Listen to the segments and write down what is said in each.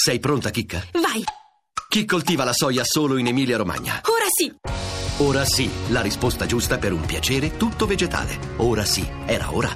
Sei pronta, Chicca? Vai! Chi coltiva la soia solo in Emilia-Romagna? Ora sì! Ora sì, la risposta giusta per un piacere tutto vegetale. Ora sì, era ora.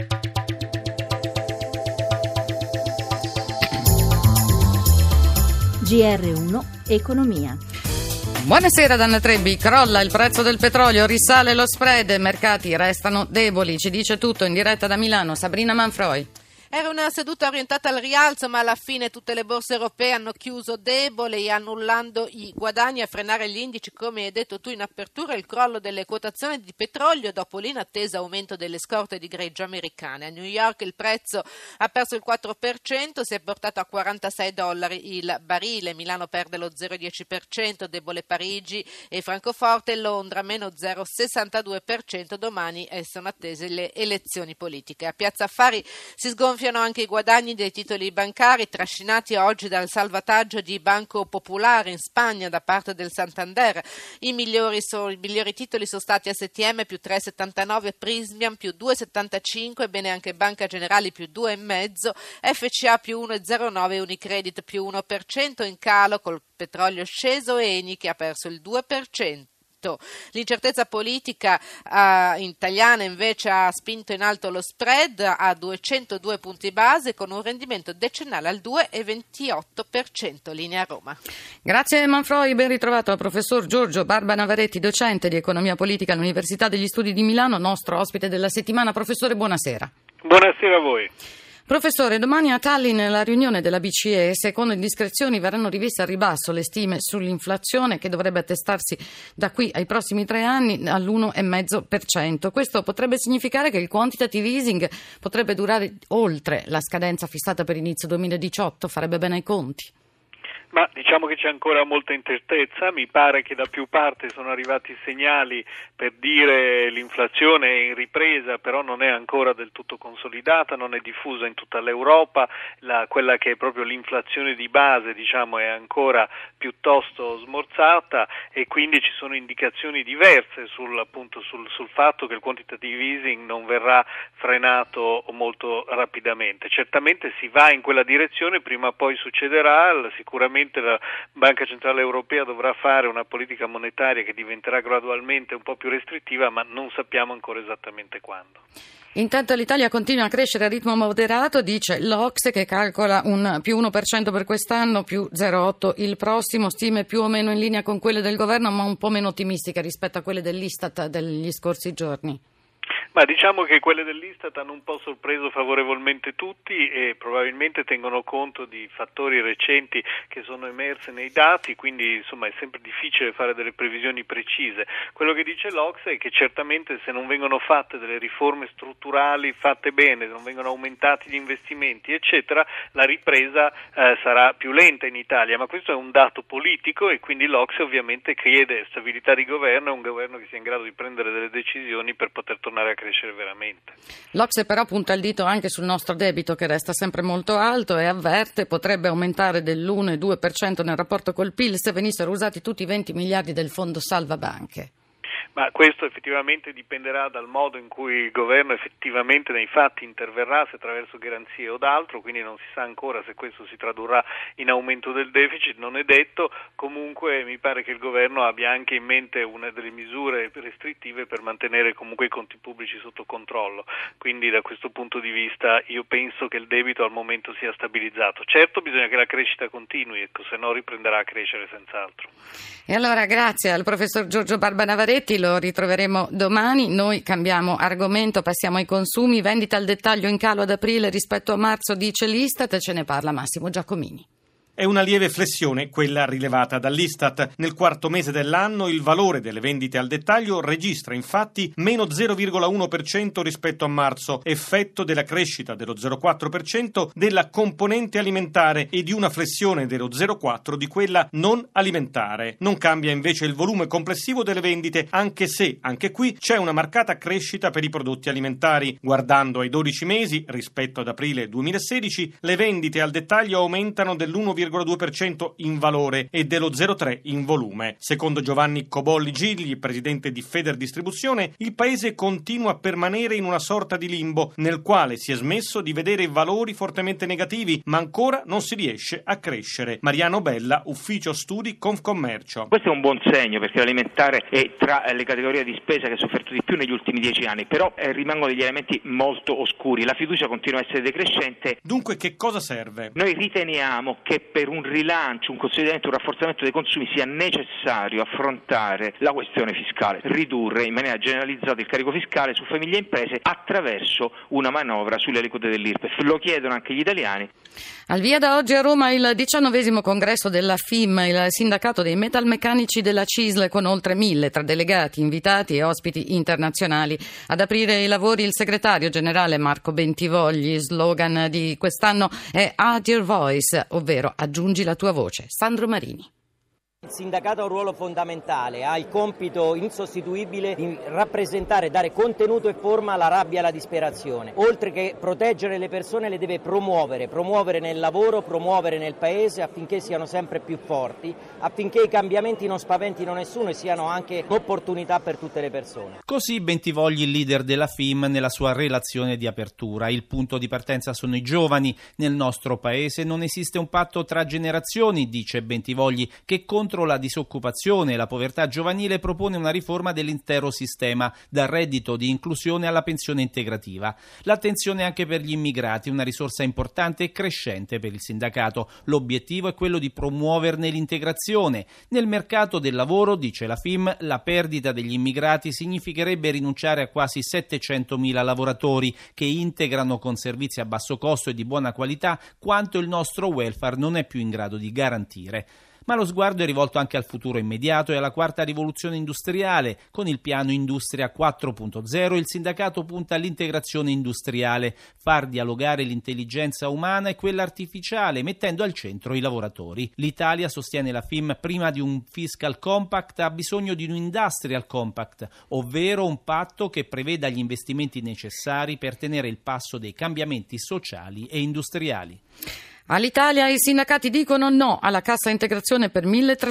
GR1 Economia. Buonasera Danna Trebbi. Crolla il prezzo del petrolio, risale lo spread, mercati restano deboli. Ci dice tutto in diretta da Milano Sabrina Manfroi. Era una seduta orientata al rialzo, ma alla fine tutte le borse europee hanno chiuso deboli, annullando i guadagni e a frenare gli indici, come hai detto tu in apertura, il crollo delle quotazioni di petrolio dopo l'inatteso aumento delle scorte di greggio americane. A New York il prezzo ha perso il 4%, si è portato a $46 il barile, Milano perde lo 0,10%, debole Parigi e Francoforte, Londra meno 0,62%, domani sono attese le elezioni politiche. A Piazza Affari si sgonfiano anche i guadagni dei titoli bancari, trascinati oggi dal salvataggio di Banco Popolare in Spagna da parte del Santander. I migliori titoli sono stati ASTM più 3,79, Prismian più 2,75, bene anche Banca Generali più 2,5, FCA più 1,09, Unicredit più 1%, in calo col petrolio sceso e Eni che ha perso il 2%. L'incertezza politica italiana invece ha spinto in alto lo spread a 202 punti base con un rendimento decennale al 2,28%, linea Roma. Grazie Manfroi, ben ritrovato al professor Giorgio Barba Navaretti, docente di economia politica all'Università degli Studi di Milano, nostro ospite della settimana. Professore, buonasera. Buonasera a voi. Professore, domani a Tallinn la riunione della BCE, secondo indiscrezioni verranno riviste al ribasso le stime sull'inflazione che dovrebbe attestarsi da qui ai prossimi 3 anni all'1,5%. Questo potrebbe significare che il quantitative easing potrebbe durare oltre la scadenza fissata per inizio 2018, farebbe bene ai conti? Ma diciamo che c'è ancora molta incertezza, mi pare che da più parti sono arrivati segnali per dire l'inflazione è in ripresa, però non è ancora del tutto consolidata, non è diffusa in tutta l'Europa, quella che è proprio l'inflazione di base diciamo è ancora piuttosto smorzata e quindi ci sono indicazioni diverse sul fatto che il quantitative easing non verrà frenato molto rapidamente. Certamente si va in quella direzione, prima o poi succederà, sicuramente la Banca Centrale Europea dovrà fare una politica monetaria che diventerà gradualmente un po' più restrittiva, ma non sappiamo ancora esattamente quando. Intanto l'Italia continua a crescere a ritmo moderato, dice l'Ocse che calcola un più 1% per quest'anno, più 0,8% il prossimo, stime più o meno in linea con quelle del governo, ma un po' meno ottimistiche rispetto a quelle dell'Istat degli scorsi giorni. Ma diciamo che quelle dell'Istat hanno un po' sorpreso favorevolmente tutti e probabilmente tengono conto di fattori recenti che sono emersi nei dati, quindi insomma è sempre difficile fare delle previsioni precise. Quello che dice l'Ocse è che certamente se non vengono fatte delle riforme strutturali fatte bene, non vengono aumentati gli investimenti eccetera, la ripresa sarà più lenta in Italia, ma questo è un dato politico e quindi l'Ocse ovviamente chiede stabilità di governo e un governo che sia in grado di prendere delle decisioni per poter tornare a crescere veramente. L'Ocse però punta il dito anche sul nostro debito che resta sempre molto alto e avverte potrebbe aumentare dell'1,2% nel rapporto col PIL se venissero usati tutti i 20 miliardi del fondo salva banche. Ma questo effettivamente dipenderà dal modo in cui il governo effettivamente nei fatti interverrà, se attraverso garanzie o d'altro, quindi non si sa ancora se questo si tradurrà in aumento del deficit, non è detto. Comunque mi pare che il governo abbia anche in mente una delle misure restrittive per mantenere comunque i conti pubblici sotto controllo, quindi da questo punto di vista io penso che il debito al momento sia stabilizzato. Certo bisogna che la crescita continui, se no riprenderà a crescere senz'altro. E allora grazie al professor Giorgio Barba Navaretti, lo ritroveremo domani. Noi cambiamo argomento, passiamo ai consumi. Vendita al dettaglio in calo ad aprile rispetto a marzo, dice l'Istat, ce ne parla Massimo Giacomini. È una lieve flessione quella rilevata dall'Istat. Nel quarto mese dell'anno il valore delle vendite al dettaglio registra infatti meno 0,1% rispetto a marzo, effetto della crescita dello 0,4% della componente alimentare e di una flessione dello 0,4% di quella non alimentare. Non cambia invece il volume complessivo delle vendite, anche se anche qui c'è una marcata crescita per i prodotti alimentari. Guardando ai 12 mesi rispetto ad aprile 2016, le vendite al dettaglio aumentano dell'1,1%, 0,2% in valore e dello 0,3% in volume. Secondo Giovanni Cobolli Gigli, presidente di Federdistribuzione, il paese continua a permanere in una sorta di limbo nel quale si è smesso di vedere valori fortemente negativi, ma ancora non si riesce a crescere. Mariano Bella, ufficio studi Confcommercio. Questo è un buon segno, perché l'alimentare è tra le categorie di spesa che ha sofferto di più negli ultimi 10 anni, però rimangono degli elementi molto oscuri. La fiducia continua a essere decrescente. Dunque che cosa serve? Noi riteniamo che per un rilancio, un consolidamento, un rafforzamento dei consumi sia necessario affrontare la questione fiscale, ridurre in maniera generalizzata il carico fiscale su famiglie e imprese attraverso una manovra sulle aliquote dell'IRPEF. Lo chiedono anche gli italiani. Al via da oggi a Roma il 19° congresso della FIM, il sindacato dei metalmeccanici della CISL, con oltre 1.000 tra delegati, invitati e ospiti internazionali. Ad aprire i lavori il segretario generale Marco Bentivogli. Slogan di quest'anno è Add Your Voice, ovvero aggiungi la tua voce. Sandro Marini. Il sindacato ha un ruolo fondamentale, ha il compito insostituibile di rappresentare, dare contenuto e forma alla rabbia e alla disperazione. Oltre che proteggere le persone, le deve promuovere nel lavoro, promuovere nel paese affinché siano sempre più forti, affinché i cambiamenti non spaventino nessuno e siano anche un'opportunità per tutte le persone. Così Bentivogli, il leader della FIM, nella sua relazione di apertura. Il punto di partenza sono i giovani. Nel nostro paese non esiste un patto tra generazioni, dice Bentivogli, che contro la disoccupazione e la povertà giovanile propone una riforma dell'intero sistema, dal reddito di inclusione alla pensione integrativa. L'attenzione anche per gli immigrati, una risorsa importante e crescente per il sindacato. L'obiettivo è quello di promuoverne l'integrazione. Nel mercato del lavoro, dice la FIM, la perdita degli immigrati significherebbe rinunciare a quasi 700.000 lavoratori che integrano con servizi a basso costo e di buona qualità quanto il nostro welfare non è più in grado di garantire. Ma lo sguardo è rivolto anche al futuro immediato e alla quarta rivoluzione industriale. Con il piano Industria 4.0 il sindacato punta all'integrazione industriale, far dialogare l'intelligenza umana e quella artificiale, mettendo al centro i lavoratori. L'Italia, sostiene la FIM, prima di un fiscal compact ha bisogno di un industrial compact, ovvero un patto che preveda gli investimenti necessari per tenere il passo dei cambiamenti sociali e industriali. All'Italia i sindacati dicono no alla cassa integrazione per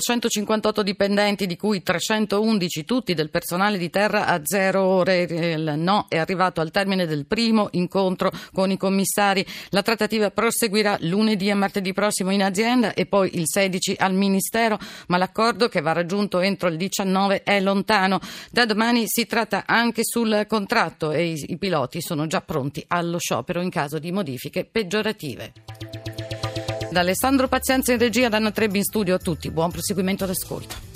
1.358 dipendenti, di cui 311 tutti del personale di terra a 0 ore. Il no è arrivato al termine del primo incontro con i commissari. La trattativa proseguirà lunedì e martedì prossimo in azienda e poi il 16 al Ministero, ma l'accordo, che va raggiunto entro il 19, è lontano. Da domani si tratta anche sul contratto e i piloti sono già pronti allo sciopero in caso di modifiche peggiorative. Da Alessandro Pazienza in regia, da Anna Trebbi in studio, a tutti buon proseguimento d'ascolto.